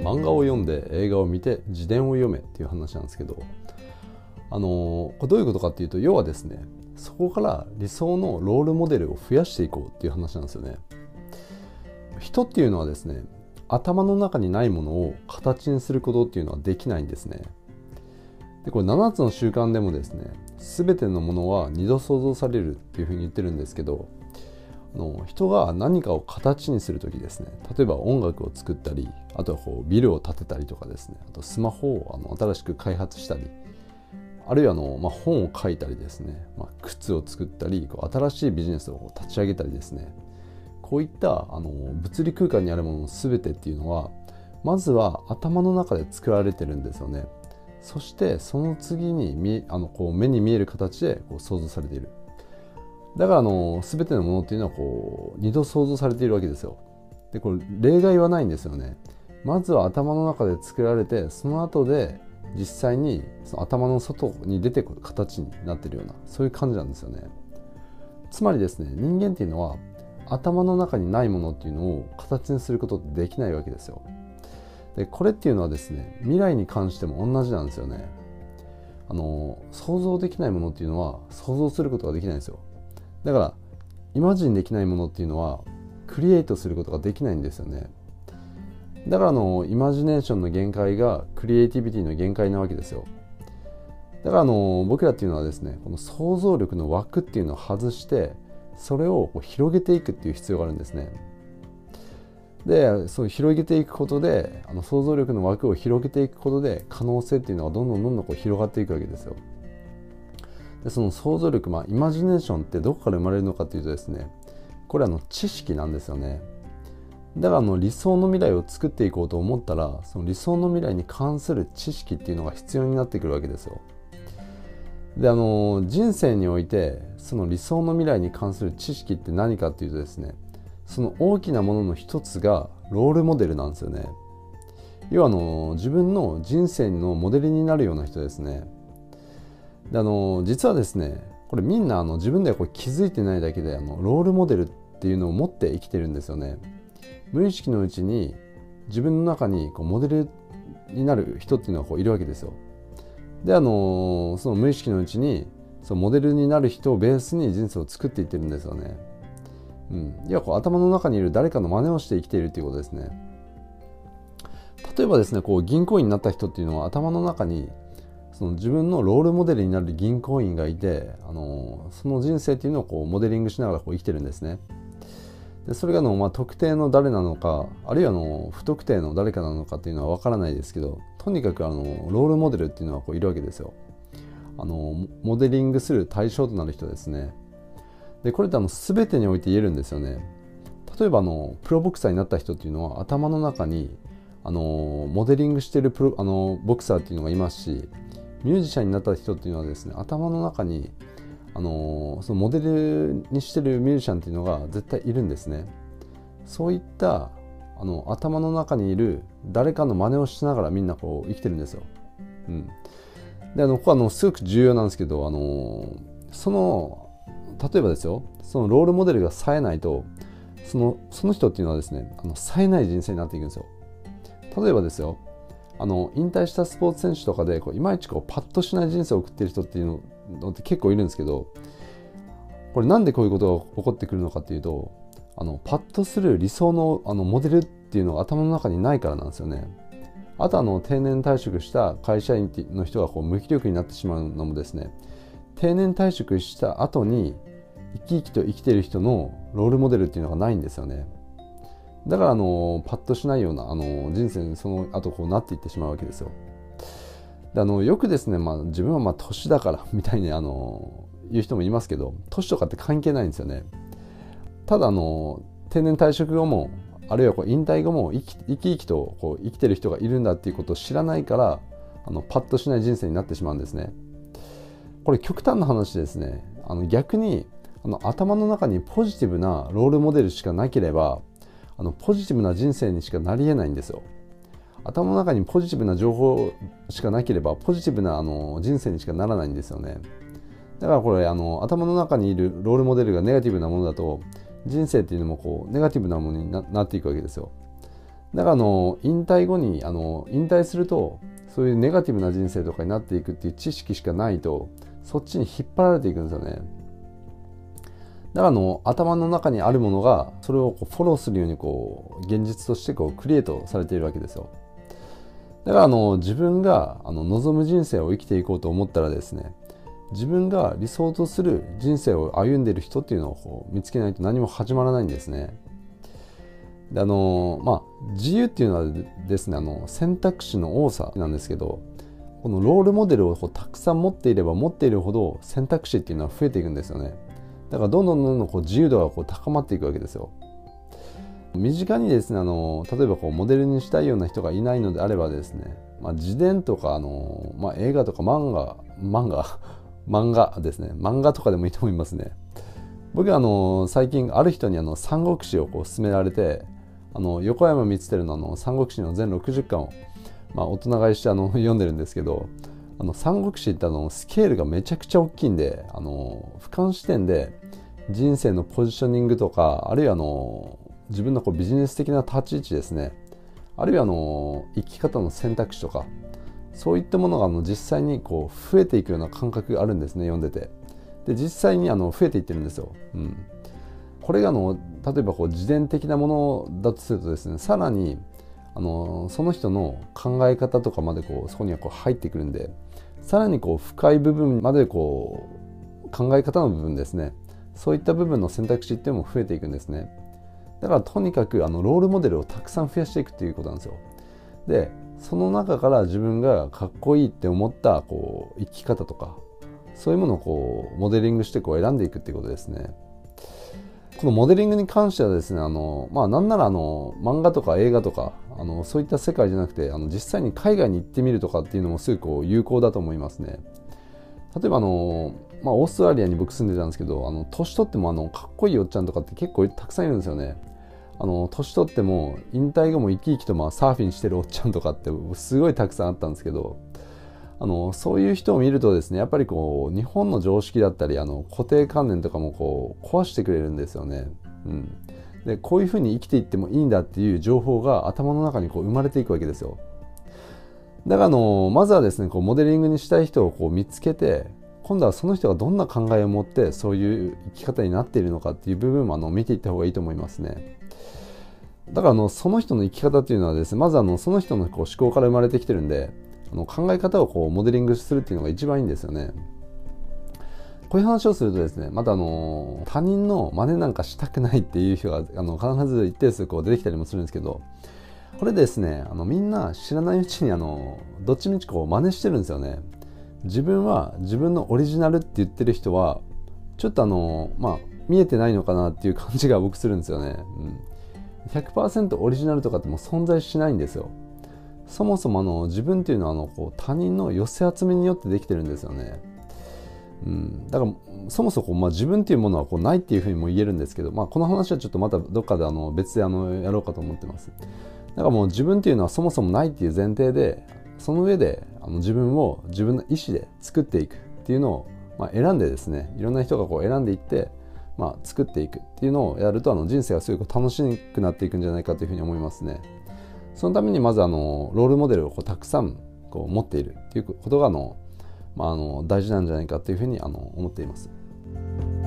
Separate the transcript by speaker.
Speaker 1: 漫画を読んで映画を見て自伝を読めっていう話なんですけど、これどういうことかっていうと、要はですね、そこから理想のロールモデルを増やしていこうっていう話なんですよね。人っていうのはですね、頭の中にないものを形にすることっていうのはできないんですね。でこれ7つの習慣でもですね、全てのものは2度創造されるっていうふうに言ってるんですけど、人が何かを形にするときですね、例えば音楽を作ったり、あとはビルを建てたりとかですね、あとスマホを新しく開発したり、あるいは本を書いたりですね、靴を作ったり、新しいビジネスを立ち上げたりですね、こういった物理空間にあるものの全てっていうのは、まずは頭の中で作られてるんですよね。そしてその次に目に見える形で想像されている。だから全てのものっていうのは2度想像されているわけですよ。でこれ例外はないんですよね。まずは頭の中で作られて、その後で実際にその頭の外に出てくる形になっているような、そういう感じなんですよね。つまりですね、人間っていうのは頭の中にないものっていうのを形にすることってできないわけですよ。でこれっていうのはですね、未来に関しても同じなんですよね。想像できないものっていうのは想像することができないんですよ。だからイマジンできないものっていうのはクリエイトすることができないんですよね。だからイマジネーションの限界がクリエイティビティの限界なわけですよ。だから僕らっていうのはですね、この想像力の枠っていうのを外して、それを広げていくっていう必要があるんですね。でそう広げていくことで、想像力の枠を広げていくことで、可能性っていうのがどんどん広がっていくわけですよ。でその想像力、イマジネーションってどこから生まれるのかというとですね、これは知識なんですよね。だから理想の未来を作っていこうと思ったら、その理想の未来に関する知識っていうのが必要になってくるわけですよ。で人生においてその理想の未来に関する知識って何かっていうとですね、その大きなものの一つがロールモデルなんですよね。要は自分の人生のモデルになるような人ですね。で実はですね、これみんな自分では気づいてないだけでロールモデルっていうのを持って生きてるんですよね。無意識のうちに自分の中にモデルになる人っていうのはいるわけですよ。でその無意識のうちにそのモデルになる人をベースに人生を作っていってるんですよね。要は頭の中にいる誰かの真似をして生きているということですね。例えばですね、銀行員になった人っていうのは頭の中にその自分のロールモデルになる銀行員がいて、その人生っていうのをモデリングしながら生きてるんですね。でそれが特定の誰なのか、あるいは不特定の誰かなのかっていうのは分からないですけど、とにかくロールモデルっていうのはいるわけですよ。モデリングする対象となる人ですね。でこれって全てにおいて言えるんですよね。例えばプロボクサーになった人っていうのは頭の中にモデリングしているボクサーっていうのがいますし、ミュージシャンになった人っていうのはですね、頭の中にそのモデルにしているミュージシャンっていうのが絶対いるんですね。そういった頭の中にいる誰かの真似をしながらみんな生きてるんですよ。でここはすごく重要なんですけど、例えばですよ、そのロールモデルが冴えないと、その人っていうのはですね、冴えない人生になっていくんですよ。例えばですよ、引退したスポーツ選手とかでいまいちパッとしない人生を送っている人っていうのって結構いるんですけど、これなんでこういうことが起こってくるのかっていうと、パッとする理想のモデルっていうのが頭の中にないからなんですよね。あと定年退職した会社員の人が無気力になってしまうのもですね、定年退職した後に生き生きと生きている人のロールモデルっていうのがないんですよね。だからパッとしないような人生にその後なっていってしまうわけですよ。でよくですね、自分は年だからみたいに言う人もいますけど、年とかって関係ないんですよね。ただ定年退職後も、あるいは引退後も生き生きと生きてる人がいるんだっていうことを知らないから、パッとしない人生になってしまうんですね。これ極端な話ですね。逆に頭の中にポジティブなロールモデルしかなければ、ポジティブな人生にしかなり得ないんですよ。頭の中にポジティブな情報しかなければポジティブな人生にしかならないんですよね。だからこれ頭の中にいるロールモデルがネガティブなものだと、人生っていうのもネガティブなものに なっていくわけですよ。 だから引退後に引退するとそういうネガティブな人生とかになっていくっていう知識しかないと、そっちに引っ張られていくんですよね。だから頭の中にあるものがそれをフォローするように現実としてクリエイトされているわけですよ。だから自分が望む人生を生きていこうと思ったらですね、自分が理想とする人生を歩んでいる人っていうのを見つけないと何も始まらないんですね。で自由っていうのはですね、選択肢の多さなんですけど、このロールモデルをたくさん持っていれば持っているほど選択肢っていうのは増えていくんですよね。だからどんどん自由度が高まっていくわけですよ。身近にですね例えばモデルにしたいような人がいないのであればですね、自伝とか映画とか漫画ですね、漫画とかでもいいと思いますね。僕は最近ある人に三国志を勧められて、横山光輝の三国志の全60巻を、大人買いして読んでるんですけど、三国志ってスケールがめちゃくちゃ大きいんで、俯瞰視点で人生のポジショニングとか、あるいは自分のビジネス的な立ち位置ですね、あるいは生き方の選択肢とか、そういったものが実際に増えていくような感覚があるんですね、読んでて。で実際に増えていってるんですよ。これが例えば自伝的なものだとするとですね、さらにその人の考え方とかまでそこには入ってくるんで、さらに深い部分まで考え方の部分ですね、そういった部分の選択肢っていうのも増えていくんですね。だからとにかくロールモデルをたくさん増やしていくっていうことなんですよ。でその中から自分がかっこいいって思った生き方とか、そういうものをモデリングして選んでいくっていうことですね。このモデリングに関してはですね、なんなら漫画とか映画とかそういった世界じゃなくて実際に海外に行ってみるとかっていうのもすごく有効だと思いますね。例えばオーストラリアに僕住んでたんですけど、年取ってもかっこいいおっちゃんとかって結構たくさんいるんですよね。年取っても引退後も生き生きとサーフィンしてるおっちゃんとかってすごいたくさんあったんですけど、そういう人を見るとですね、やっぱり日本の常識だったり固定観念とかも壊してくれるんですよね。でこういうふうに生きていってもいいんだっていう情報が頭の中に生まれていくわけですよ。だからまずはですねモデリングにしたい人を見つけて、今度はその人がどんな考えを持ってそういう生き方になっているのかっていう部分も見ていった方がいいと思いますね。だからその人の生き方っていうのはですね、まずその人の思考から生まれてきてるんで、考え方をモデリングするっていうのが一番いいんですよね。こういう話をするとですね、また他人の真似なんかしたくないっていう人が必ず一定数出てきたりもするんですけど、これですねみんな知らないうちにどっちみち真似してるんですよね。自分は自分のオリジナルって言ってる人はちょっと見えてないのかなっていう感じが僕するんですよね。100% オリジナルとかってもう存在しないんですよ。そもそも自分っていうのは他人の寄せ集めによってできてるんですよね。だからそもそも自分っていうものはないっていうふうにも言えるんですけど、この話はちょっとまたどっかで別でやろうかと思ってます。だからもう自分っていうのはそもそもないっていう前提で、その上で自分を自分の意思で作っていくっていうのを選んでですね、いろんな人が選んでいって作っていくっていうのをやると人生がすごく楽しくなっていくんじゃないかというふうに思いますね。そのためにまずロールモデルをたくさん持っているっていうことが大事なんじゃないかというふうに思っています。